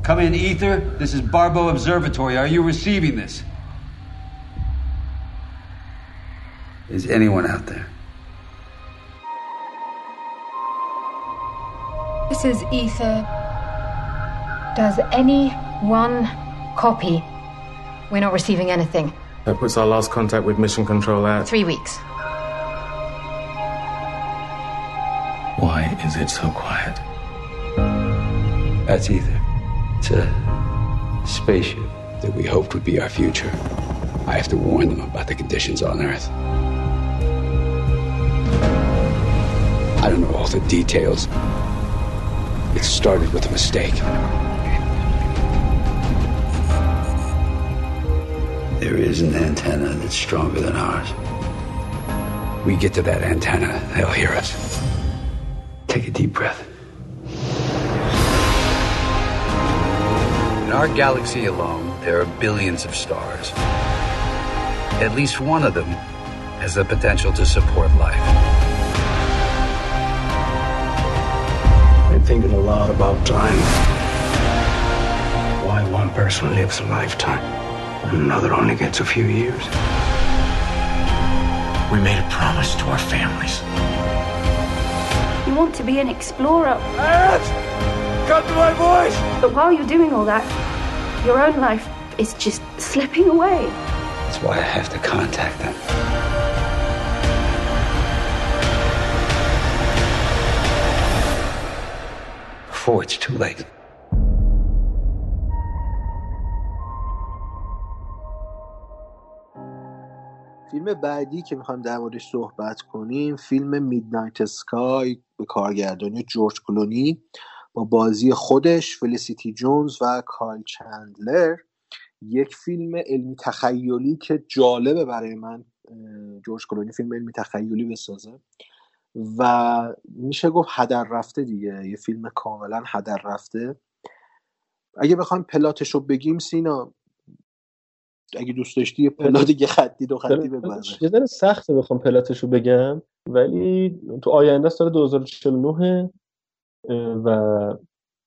Come in, Ether. This is Barbo Observatory. Are you receiving this? Is anyone out there? This is Ether. Does anyone copy? We're not receiving anything. That puts our last contact with Mission Control at 3 weeks. Why is it so quiet? That's Ether. It's a spaceship that we hoped would be our future. I have to warn them about the conditions on Earth. I don't know all the details. It started with a mistake. There is an antenna that's stronger than ours. We get to that antenna, they'll hear us. Take a deep breath. In our galaxy alone, there are billions of stars. At least one of them has the potential to support life. Been thinking a lot about time. Why one person lives a lifetime and another only gets a few years. We made a promise to our families. You want to be an explorer. Cut to my voice! But while you're doing all that, your own life is just slipping away. That's why I have to contact them. Before it's too late. فیلم بعدی که میخوایم در موردش صحبت کنیم فیلم میدنایت اسکای به کارگردانی جورج کلونی با بازی خودش، فلیسیتی جونز و کایل چندلر. یک فیلم علمی تخیلی که جالبه برای من جورج کلونی فیلم علمی تخیلی بسازه و میشه گفت هدر رفته دیگه، یه فیلم کاملا هدر رفته. اگه بخوایم پلاتشو بگیم سینا، اگه دوست داشتی یه پلات دیگه خطی دو خطی بگم. یه ذره سخته بخوام پلاتشو بگم، ولی تو آینده سال 2049 و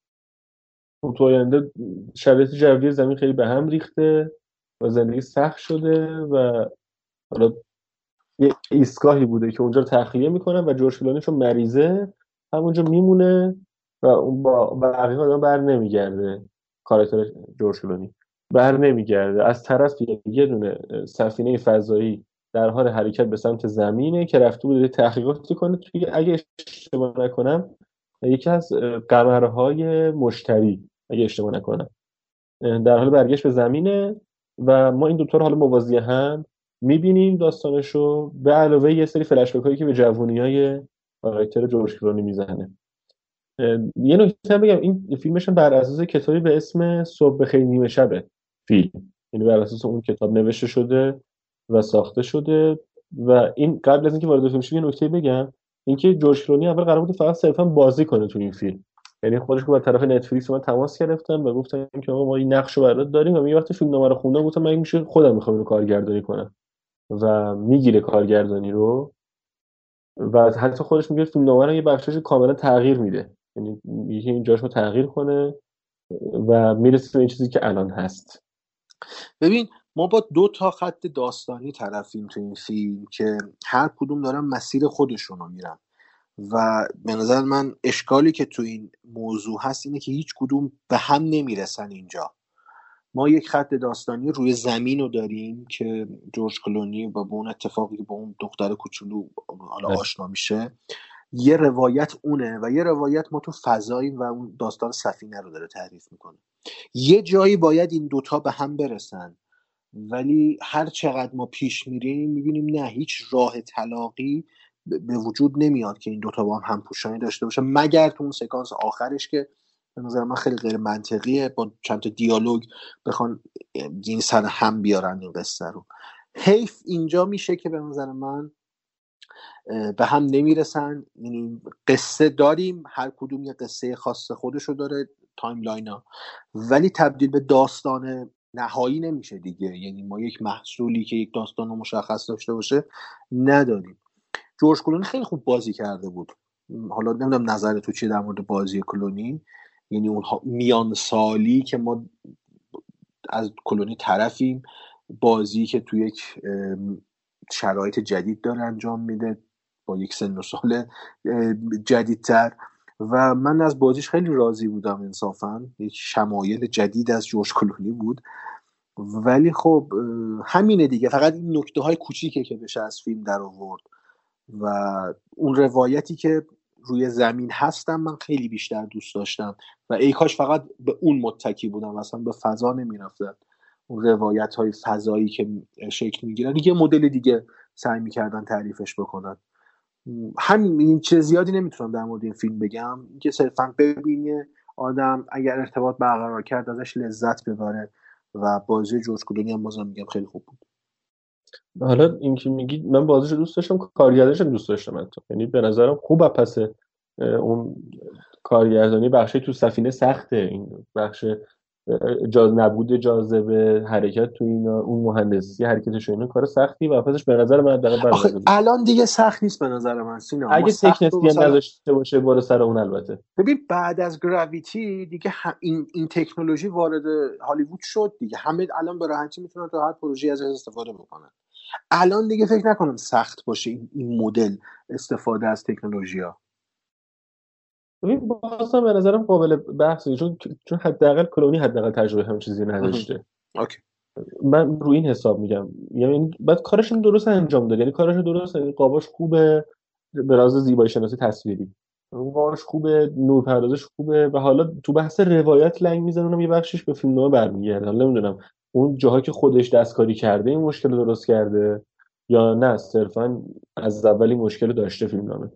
تو آینده شرایط جوی زمین خیلی به هم ریخته و زندگی سخت شده و حالا یه ایستگاهی بوده که اونجا رو تخلیه میکنن و جورج کلونی چون مریضه همونجا میمونه و اون با بقیه آدم بر نمیگرده. کاراکتر جورج کلونی بر نمیگرده. از طرف یه دونه سفینه فضایی در حال حرکت به سمت زمینه که رفته بوده تحقیقاتی کنه توی، اگه اشتباه نکنم، یکی از قمرهای مشتری، اگه اشتباه نکنم، در حال برگشت به زمینه و ما این دوتا رو حالا موازی هم میبینیم داستانشو، به علاوه یه سری فلشبک هایی که به جوونیای کاراکتر جورج کلونی میزنه. یه نکته هم بگم، این فیلمش بر اساس کتابی به اسم صبح بخیر نیمه شبه فیلم، یعنی بر اساس اون کتاب نوشته شده و ساخته شده. و این قبل از اینکه وارد فیلم شیم یه نکته بگم، اینکه جورج کلونی اول قرار بود فقط صرفا بازی کنه تو این فیلم، یعنی خودش با طرف نتفلیکس من تماس گرفتن و گفتن که آقا ما این نقشو برات داریم و وقتی فیلمنامه رو خوندم گفتم من میشه خودم میخوام اینو کارگردانی کنم و میگیره کارگردانی رو و حتی خودش میگه فیلمنامه رو یه بخشش کاملا تغییر میده، یعنی میگه این جاشو تغییر کنه و میرسه به این چیزی که الان هست. ببین ما با 2 خط داستانی طرفیم تو این فیلم که هر کدوم دارن مسیر خودشون رو میرن و به نظر من اشکالی که تو این موضوع هست اینه که هیچ کدوم به هم نمیرسن. اینجا ما یک خط داستانی روی زمین رو داریم که جورج کلونی و با اون اتفاقی که با اون دختر کوچولو حالا آشنا میشه، یه روایت اونه و یه روایت ما تو فضاییم و اون داستان سفینه رو داره تعریف میکنه. یه جایی باید این دوتا به هم برسن، ولی هر چقدر ما پیش میریم میبینیم نه، هیچ راه طلاقی به وجود نمیاد که این دوتا با هم همپوشانی داشته باشه، مگر تو اون سکانس آخرش که به نظر من خیلی غیر منطقیه، با چند تا دیالوگ بخوان این سر هم بیارن این قصه رو. حیف اینجا میشه که به نظر من به هم نمیرسن. یعنی قصه داریم، هر کدوم یه قصه خاص خودشو داره، تایملاینا، ولی تبدیل به داستان نهایی نمیشه دیگه. یعنی ما یک محصولی که یک داستان مشخص داشته باشه نداریم. جورج کلونی خیلی خوب بازی کرده بود. حالا نمیدونم نظر تو چیه در مورد بازی کلونی. یعنی اونها میان سالی که ما از کلونی طرفیم، بازی که توی یک شرایط جدید داره انجام میده با یک سن و سال جدیدتر و من از بازیش خیلی راضی بودم انصافا. یک شمایل جدید از جورج کلونی بود، ولی خب همینه دیگه، فقط این نکته های کوچیکه که بشه از فیلم در آورد و اون روایتی که روی زمین هستم من خیلی بیشتر دوست داشتم و ای کاش فقط به اون متکی بودم، اصلا به فضا نمیرفتن. اون روایت های فضایی که شکل میگیرن یه مدل دیگه سعی میکردن تعریفش بکنن. همین، این چیز زیادی نمیتونم در مورد این فیلم بگم، که صرفا ببینه آدم اگر ارتباط برقرار کرد ازش لذت ببره و بازی جورج کلونی هم بازم میگم خیلی خوب بود. حالا این که میگید من بازیشو دوست داشتم، کارگردانیش دوست داشتم حتی، یعنی به نظرم خوبه. پس اون کارگردانی بخشی تو سفینه سخته، این بخش نبود جاذبه، حرکت تو اینا، اون مهندسی حرکتش اینا کار سختی و پسش به نظر من حداقل آخه الان دیگه سخت نیست به نظر من سینا. اگه تکنسی هم نداشته باشه بالا سر اون. البته ببین بعد از گراویتی دیگه این تکنولوژی وارد هالیوود شد دیگه، همه الان به راحتی میتونن تو هر پروژه‌ای ازش استفاده بکنن. الان دیگه فکر نکنم سخت باشه این مدل استفاده از تکنولوژی‌ها. ببین بازم به نظرم قابل بحثه، چون حداقل کلونی حداقل تجربه همین چیزی نداشته. اوکی. من روی این حساب میگم، یعنی بعد کارش درست انجام داد، یعنی کارش درست، قاباش خوبه، به راز زیبایی شناسی تصویری قاباش خوبه، نورپردازش خوبه و حالا تو بحث روایت لنگ میزنه، اونم یه بخشش به فیلمنامه برمیگرده. حالا نمیدونم اون جاهایی که خودش دستکاری کرده این مشکل درست کرده یا نه صرفا از اولی مشکل داشته فیلمنامه.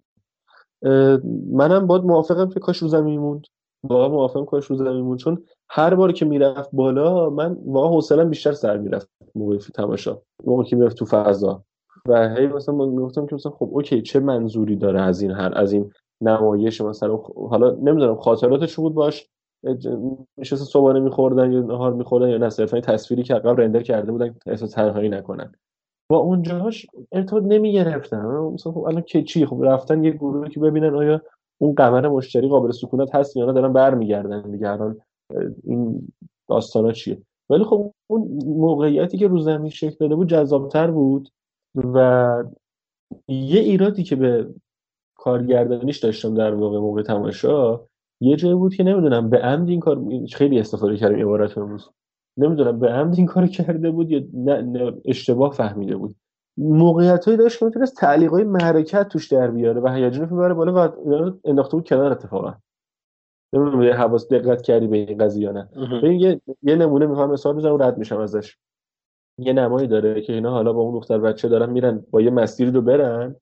منم باید موافقم که کاش رو زمین موند، واقعا موافقم کاش رو زمین موند، چون هر بار که میرفت بالا من واقعا حوصله‌ام بیشتر سر میرفت موقع تماشا، موقعی که میرفت تو فضا و هی مثلا میگفتم که مثلا خب اوکی چه منظوری داره از این نمایش مثلا. حالا نمیدونم خاطراتش بود باش نشسته صبحانه میخوردن یا نهار میخوردن یا نه صرفا تصویری که قبل رندر کرده بودن احساس تنهایی نکنن. با اونجاش ارتباط نمیگرفتم. مثلا خب الان که چی، خب رفتن یه گروهی که ببینن آیا اون قمر مشتری قابل سکونت هست یا نه، دارن برمیگردن دیگه الان این داستانا چیه. ولی خب اون موقعیتی که رو زمین شکل داده بود جذابتر بود و یه ایرادی که به کارگردانیش داشتم در واقع موقع تماشا یه جایی بود که نمیدونم به عمد این کار، خیلی استفاده کردم عبارت امروز، نمیدونم به عمد این کار کرده بود یا نه اشتباه فهمیده بود. موقعیتایی داشت که میتونست تعلیقای معرکت توش در بیاره و هیجان فیلم بره بالا و اینا رو انداخته بود کنار. اتفاقا نمیدونم یه حواس دقت کردی به این قضیه یا نه. ببین یه نمونه میخوام مثال بزنم و رد میشم ازش. یه نمایی داره که اینا حالا با اون دختر بچه دارن میرن با یه مسیری رو برن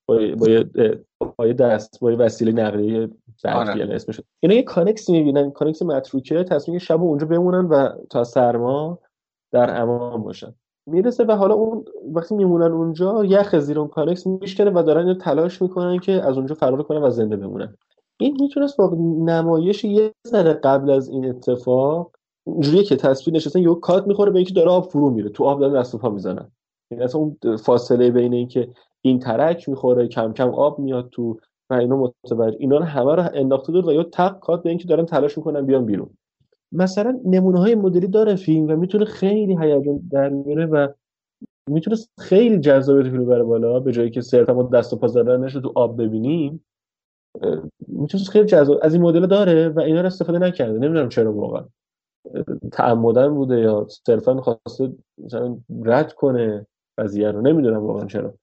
با یه وسیله نقلیه برقی اسمش، اینا یه کانکس میبینن، کانکس متروکه، تصمیم شب اونجا بمونن و تا سرما در امان باشن. میرسه و حالا اون وقتی میمونن اونجا یخ زیر اون کانکس میشکنه و دارن تلاش میکنن که از اونجا فرار کنن و زنده بمونن. این میتونست با نمایش یه ذره قبل از این اتفاق اینجوریه که تصویر نشستن یهو کات میخوره به اینکه داره آب فرو میره، تو آب دارن دست و پا میزنن. یعنی اصلا اون فاصله بین اینکه این ترک میخوره کم کم آب میاد تو و اینا رو همه رو انداخته دور و یا تق کات به اینکه دارن تلاش میکنن بیان بیرون. مثلا نمونه‌های مدلی داره فیلم و میتونه خیلی هیجان در میاره و میتونه خیلی جذابیت فیلم بره بالا، به جایی که صرفا ما دست و پا زدنش رو تو آب ببینیم. میتونه خیلی جذاب از این مدل داره و اینا رو استفاده نکرده. نمیدونم چرا، واقعا تعمدن بوده یا صرفا خواسته مثلا رد کنه قضیه رو، نمیدونم واقعا چرا.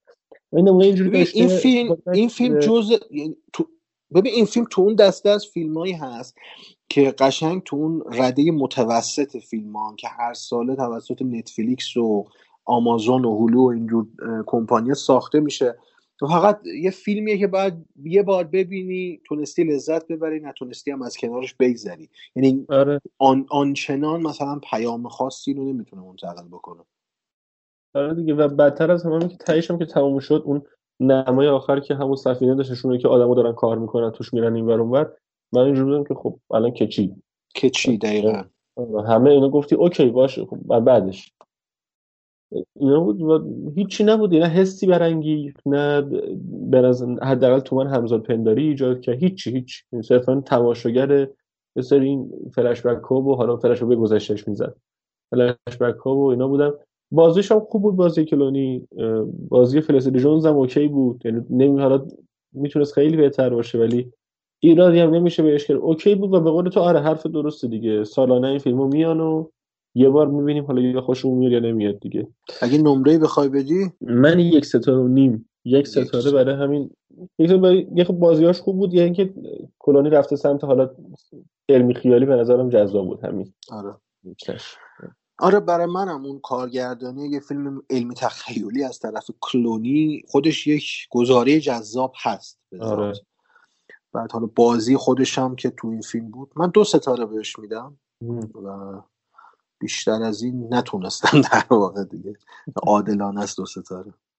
این فیلم جزء ببین این فیلم تو اون دسته از فیلمایی هست که قشنگ تو اون رده متوسط فیلم‌ها که هر ساله توسط نتفلیکس و آمازون و هولو و اینجور کمپانی‌ها ساخته میشه و فقط یه فیلمیه که باید یه بار ببینی، تونستی لذت ببری، نتونستی هم از کنارش بگذری. یعنی آنچنان مثلا پیام خاصی رو نمیتونه منتقل بکنه. آره دیگه. و بدتر از همه که تهیش هم که تموم شد اون نمای آخر که همون سفینه داشتشونه که آدمو دارن کار میکنن توش میرن این ور اون ور، من اینجوری بودم که خب الان که چی دقیقاً همه اینا گفتی اوکی باشه. خب بعدش اینا بود و هیچی نبود، نه حسی برانگیخت، نه حداقل تو من همزاد پنداری ایجاد که هیچ صرفا تماشاگر یه سری این فلش بک ها و حالا فلش به گذشتهش میزد، فلش بک ها و اینا بودن. بازیش هم خوب بود، بازی کلونی. بازی فلسیتی جونز هم اوکی بود، یعنی حالا میتونست خیلی بهتر باشه ولی ایرادی هم نمیشه بهش کرد، اوکی بود. و به قول تو آره حرف درسته دیگه، سالانه این فیلمو میان و یه بار میبینیم، حالا یا خوشمون میاد یا نمیاد دیگه. اگه نمره‌ای بخوای بدی، من 1.5 ستاره برای همین. یه خب بازیاش خوب بود، یا اینکه کلونی رفته سمت حالا علمی خیالی، به نظرم جذاب بود همین. آره برای منم اون کارگردانی یه فیلم علمی تخیلی از طرف کلونی خودش یک گزاره جذاب هست. آره. بعد حالا بازی خودش هم که تو این فیلم بود، من 2 ستاره بهش میدم و بیشتر از این نتونستم در واقع دیگه. عادلانه است 2 ستاره.